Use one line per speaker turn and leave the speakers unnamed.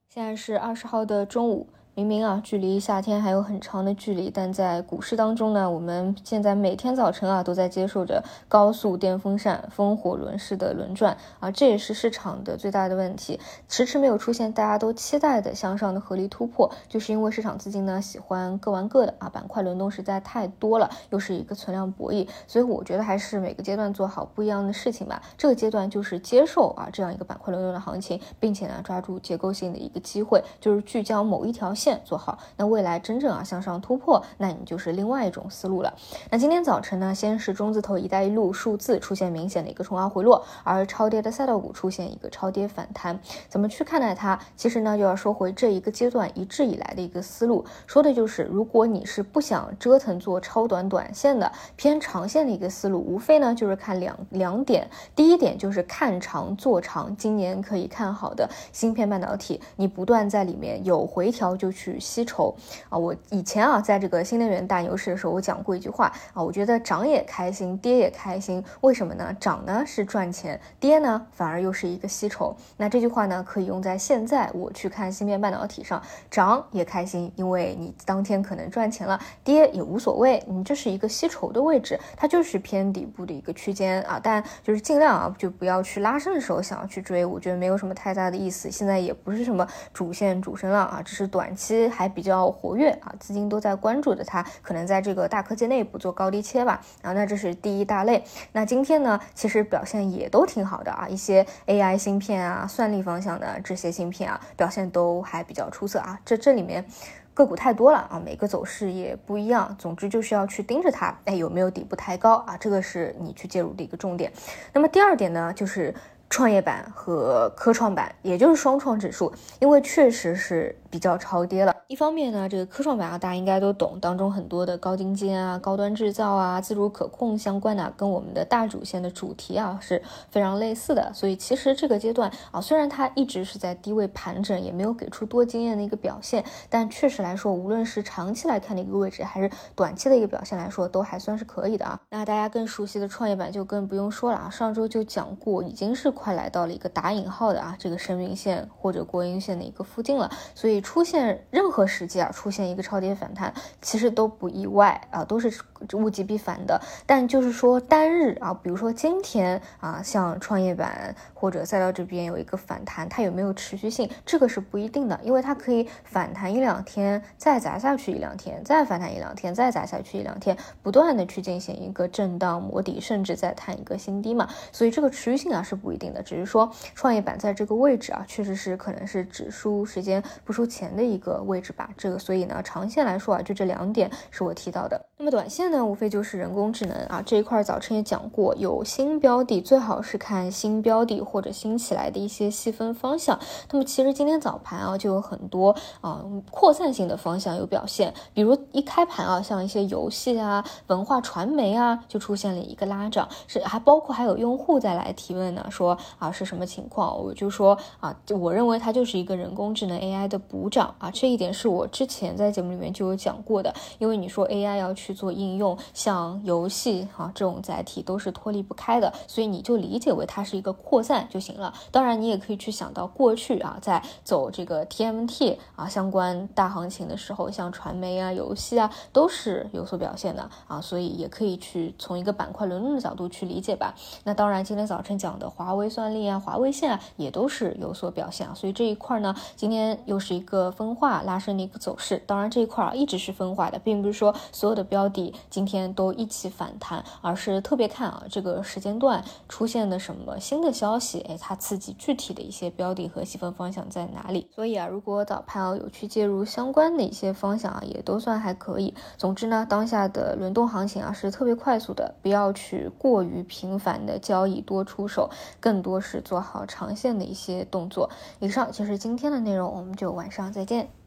现在是20号的中午，明明啊，距离夏天还有很长的距离，但在股市当中呢，我们现在每天早晨啊，都在接受着高速电风扇风火轮式的轮转啊，这也是市场的最大的问题，迟迟没有出现大家都期待的向上的合理突破，就是因为市场资金呢喜欢各玩各的啊，板块轮动实在太多了，又是一个存量博弈，所以我觉得还是每个阶段做好不一样的事情吧。这个阶段就是接受啊这样一个板块轮动的行情，并且呢抓住结构性的一个机会，就是聚焦某一条线做好，那未来真正向上突破，那你就是另外一种思路了。那今天早晨呢，先是中字头一带一路数字出现明显的一个冲高回落，而超跌的赛道股出现一个超跌反弹。怎么去看待它？其实呢，就要说回这一个阶段一直以来的一个思路，说的就是如果你是不想折腾做超短线的，偏长线的一个思路，无非呢就是看两点。第一点就是看长做长，今年可以看好的芯片半导体，你不断在里面有回调就去吸筹啊。我以前在这个新能源大牛市的时候，我讲过一句话啊，我觉得涨也开心，跌也开心，为什么呢？涨呢是赚钱，跌呢反而又是一个吸筹。那这句话呢可以用在现在我去看芯片半导体上，涨也开心，因为你当天可能赚钱了，跌也无所谓，你这是一个吸筹的位置，它就是偏底部的一个区间啊，但就是尽量就不要去拉升的时候想要去追，我觉得没有什么太大的意思。现在也不是什么主线主升浪啊，只是短期还比较活跃啊，资金都在关注着它，可能在这个大科技内部做高低切吧啊，那这是第一大类。那今天呢，其实表现也都挺好的啊，一些 AI 芯片啊、算力方向的这些芯片啊，表现都还比较出色啊。这里面个股太多了啊，每个走势也不一样，总之就是要去盯着它，有没有底部抬高啊，这个是你去介入的一个重点。那么第二点呢，就是创业板和科创板，也就是双创指数，因为确实是比较超跌了。一方面呢，这个科创板大家应该都懂，当中很多的高精尖啊、高端制造啊、自主可控相关的跟我们的大主线的主题是非常类似的。所以其实这个阶段虽然它一直是在低位盘整，也没有给出多惊艳的一个表现，但确实来说，无论是长期来看的一个位置，还是短期的一个表现来说，都还算是可以的啊。那大家更熟悉的创业板就更不用说了啊，上周就讲过，已经是快来到了一个打引号的这个升运线或者国营线的一个附近了，所以出现任何时机出现一个超跌反弹，其实都不意外啊，都是物极必反的。但就是说单日比如说今天像创业板或者赛道这边有一个反弹，它有没有持续性，这个是不一定的，因为它可以反弹一两天，再砸下去一两天，再反弹一两天，再砸下去一两天，不断的去进行一个震荡磨底，甚至再探一个新低嘛，所以这个持续性是不一定的，只是说创业板在这个位置确实是可能是只输时间不输钱的一个位置吧，这个所以呢长线来说就这两点是我提到的。那么短线呢无非就是人工智能这一块早晨也讲过，有新标的最好是看新标的或者新起来的一些细分方向。那么其实今天早盘就有很多扩散性的方向有表现，比如一开盘像一些游戏文化传媒就出现了一个拉涨，还包括还有用户再来提问呢，说是什么情况，我就说我认为它就是一个人工智能 AI 的补涨这一点是我之前在节目里面就有讲过的，因为你说 AI 要去做应用，像游戏这种载体都是脱离不开的，所以你就理解为它是一个扩散就行了。当然你也可以去想到过去在走这个 TMT 相关大行情的时候，像传媒游戏都是有所表现的所以也可以去从一个板块轮动的角度去理解吧。那当然今天早晨讲的华为算力华为线也都是有所表现所以这一块呢今天又是一个分化拉升的一个走势。当然这一块一直是分化的，并不是说所有的标的今天都一起反弹，而是特别看这个时间段出现的什么新的消息，它刺激具体的一些标的和细分方向在哪里。所以如果早盘有去介入相关的一些方向也都算还可以。总之呢，当下的轮动行情是特别快速的，不要去过于频繁的交易多出手，更多是做好长线的一些动作。以上就是今天的内容，我们就晚上再见。